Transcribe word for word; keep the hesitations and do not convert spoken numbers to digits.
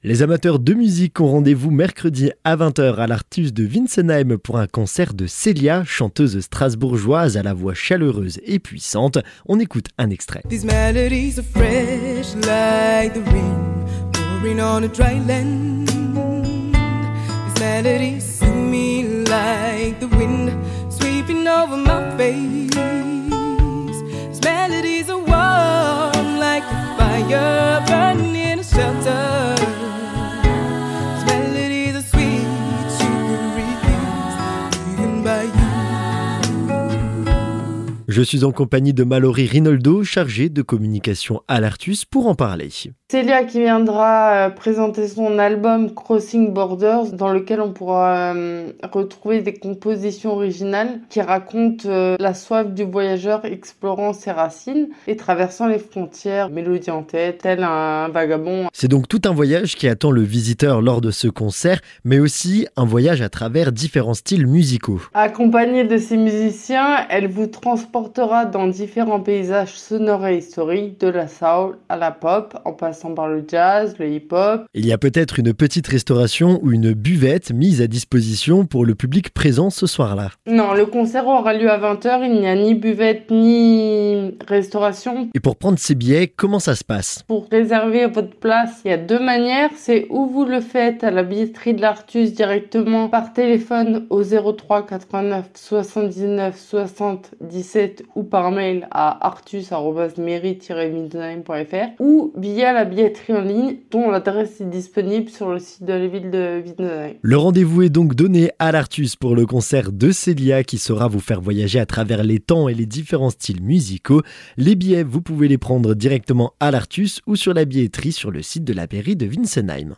Les amateurs de musique ont rendez-vous mercredi à vingt heures à l'Artus de Winsenheim pour un concert de Célia, chanteuse strasbourgeoise à la voix chaleureuse et puissante. On écoute un extrait. These melodies are fresh like the rain pouring on a dry land. These melodies sing me like the wind sweeping over my face. These melodies are warm like a fire burning in a shelter. These melodies are sweet, sugary things given by you. Je suis en compagnie de Mallory Rinaldo, chargée de communication à l'Artus, pour en parler. Célia qui viendra présenter son album Crossing Borders, dans lequel on pourra euh, retrouver des compositions originales qui racontent euh, la soif du voyageur explorant ses racines et traversant les frontières, mélodie en tête, tel un vagabond. C'est donc tout un voyage qui attend le visiteur lors de ce concert, mais aussi un voyage à travers différents styles musicaux. Accompagnée de ses musiciens, elle vous transportera dans différents paysages sonores et historiques, de la soul à la pop, en passant par le jazz, le hip-hop. Il y a peut-être une petite restauration ou une buvette mise à disposition pour le public présent ce soir-là. Non, le concert aura lieu à vingt heures, il n'y a ni buvette ni restauration. Et pour prendre ses billets, comment ça se passe ? Pour réserver votre place, il y a deux manières. C'est ou vous le faites à la billetterie de l'Artus directement par téléphone au zéro trois quatre-vingt-neuf soixante-dix-neuf soixante dix-sept ou par mail à artus arobase mairie tiret winsenheim point f r ou via la billetterie en ligne dont l'adresse est disponible sur le site de la ville de Winsenheim. Le rendez-vous est donc donné à l'Artus pour le concert de Célia qui saura vous faire voyager à travers les temps et les différents styles musicaux. Les billets, vous pouvez les prendre directement à l'Artus ou sur la billetterie sur le site de la mairie de Winsenheim.